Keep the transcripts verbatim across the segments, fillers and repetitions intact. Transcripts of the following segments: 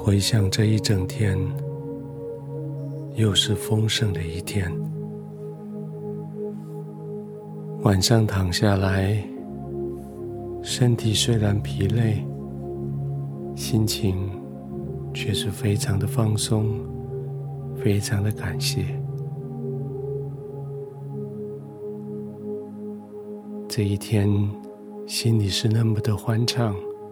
回想这一整天，又是丰盛的一天。晚上躺下来，身体虽然疲累，心情却是非常的放松，非常的感谢。这一天心里是那么的欢畅，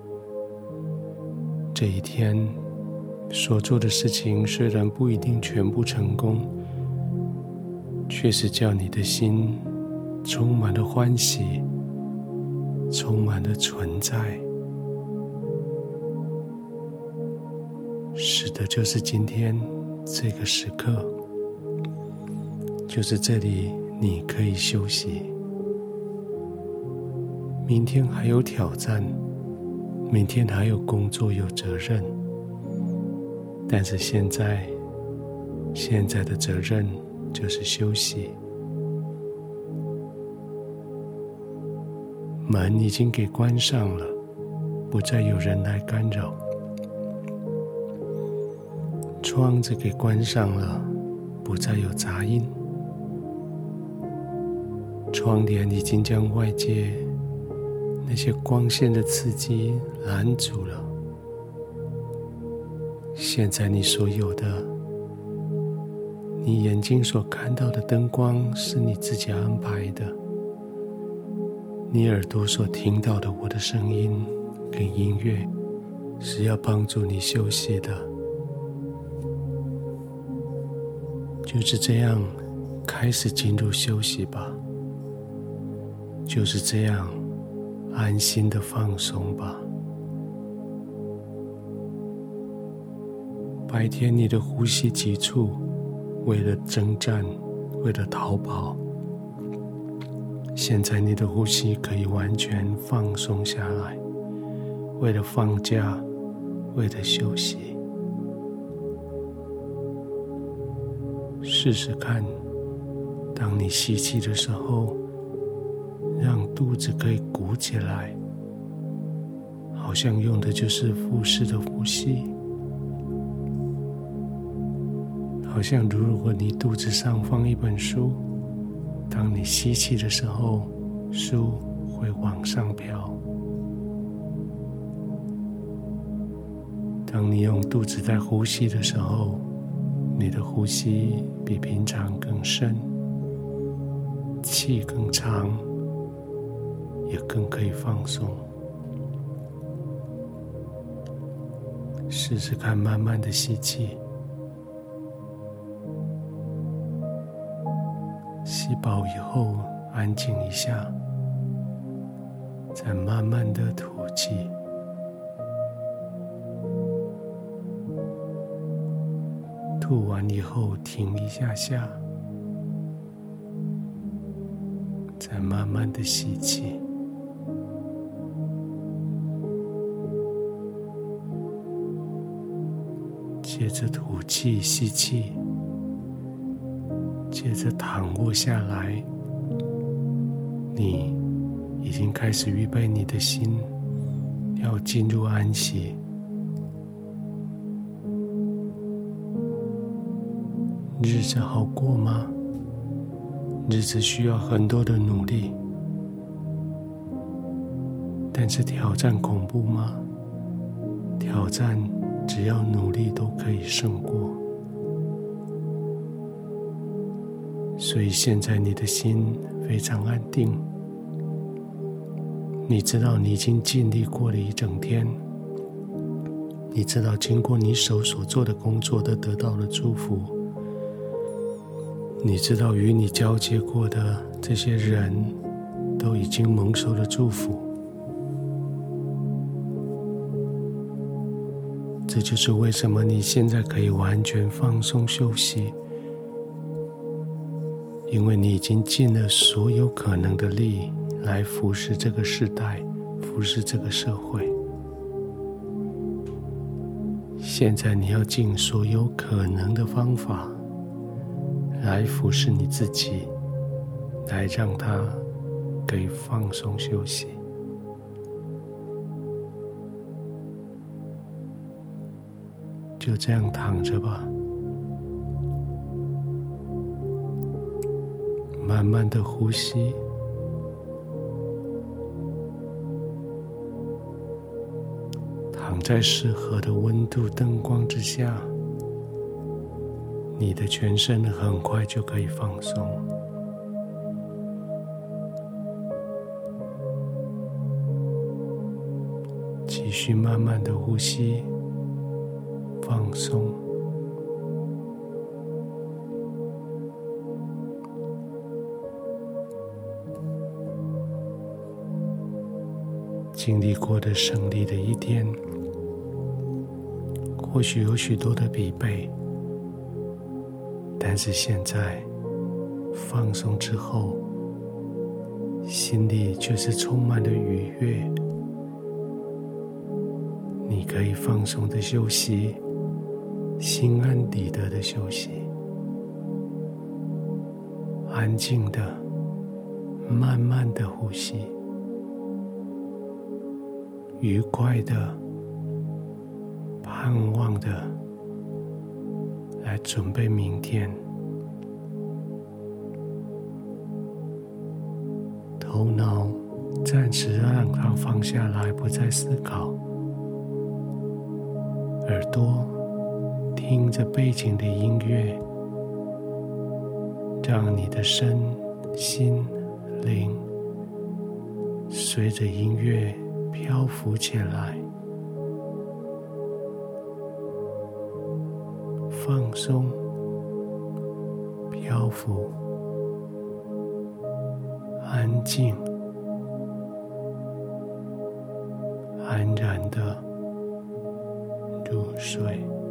这一天所做的事情虽然不一定全部成功，却是叫你的心充满了欢喜，充满了存在。是的，就是今天这个时刻，就是这里你可以休息。明天还有挑战，明天还有工作有责任，但是现在现在的责任就是休息。门已经给关上了，不再有人来干扰。窗子给关上了，不再有杂音。窗帘已经将外界那些光线的刺激拦阻了。现在你所有的，你眼睛所看到的灯光是你自己安排的，你耳朵所听到的我的声音跟音乐是要帮助你休息的。就是这样开始进入休息吧，就是这样安心的放松吧。白天你的呼吸急促，为了征战，为了逃跑。现在你的呼吸可以完全放松下来，为了放假，为了休息。试试看，当你吸气的时候，让肚子可以鼓起来，好像用的就是腹式的呼吸，好像如果你肚子上放一本书，当你吸气的时候，书会往上飘。当你用肚子在呼吸的时候，你的呼吸比平常更深，气更长，也更可以放松。试试看，慢慢的吸气，吸饱以后安静一下，再慢慢的吐气。吐完以后停一下下，再慢慢的吸气。接着吐气，吸气，接着躺卧下来。你已经开始预备你的心，要进入安息。日子好过吗？日子需要很多的努力，但是挑战恐怖吗？挑战只要努力都可以胜过。所以现在你的心非常安定，你知道你已经尽力过了一整天，你知道经过你手所做的工作都得到了祝福，你知道与你交接过的这些人都已经蒙受了祝福。这就是为什么你现在可以完全放松休息，因为你已经尽了所有可能的力来服侍这个时代，服侍这个社会。现在你要尽所有可能的方法来服侍你自己，来让它可以放松休息。 就这样躺着吧，慢慢的呼吸，躺在适合的温度灯光之下，你的全身很快就可以放松。继续慢慢的呼吸，放松。经历过的胜利的一天，或许有许多的疲惫，但是现在放松之后，心里却是充满了愉悦。你可以放松的休息，心安理得的休息，安静的慢慢的呼吸，愉快的盼望的来准备明天。头脑暂时让它放下来，不再思考，耳朵听着背景的音乐，让你的身心灵随着音乐漂浮起来，放松，漂浮，安静，安然的入睡。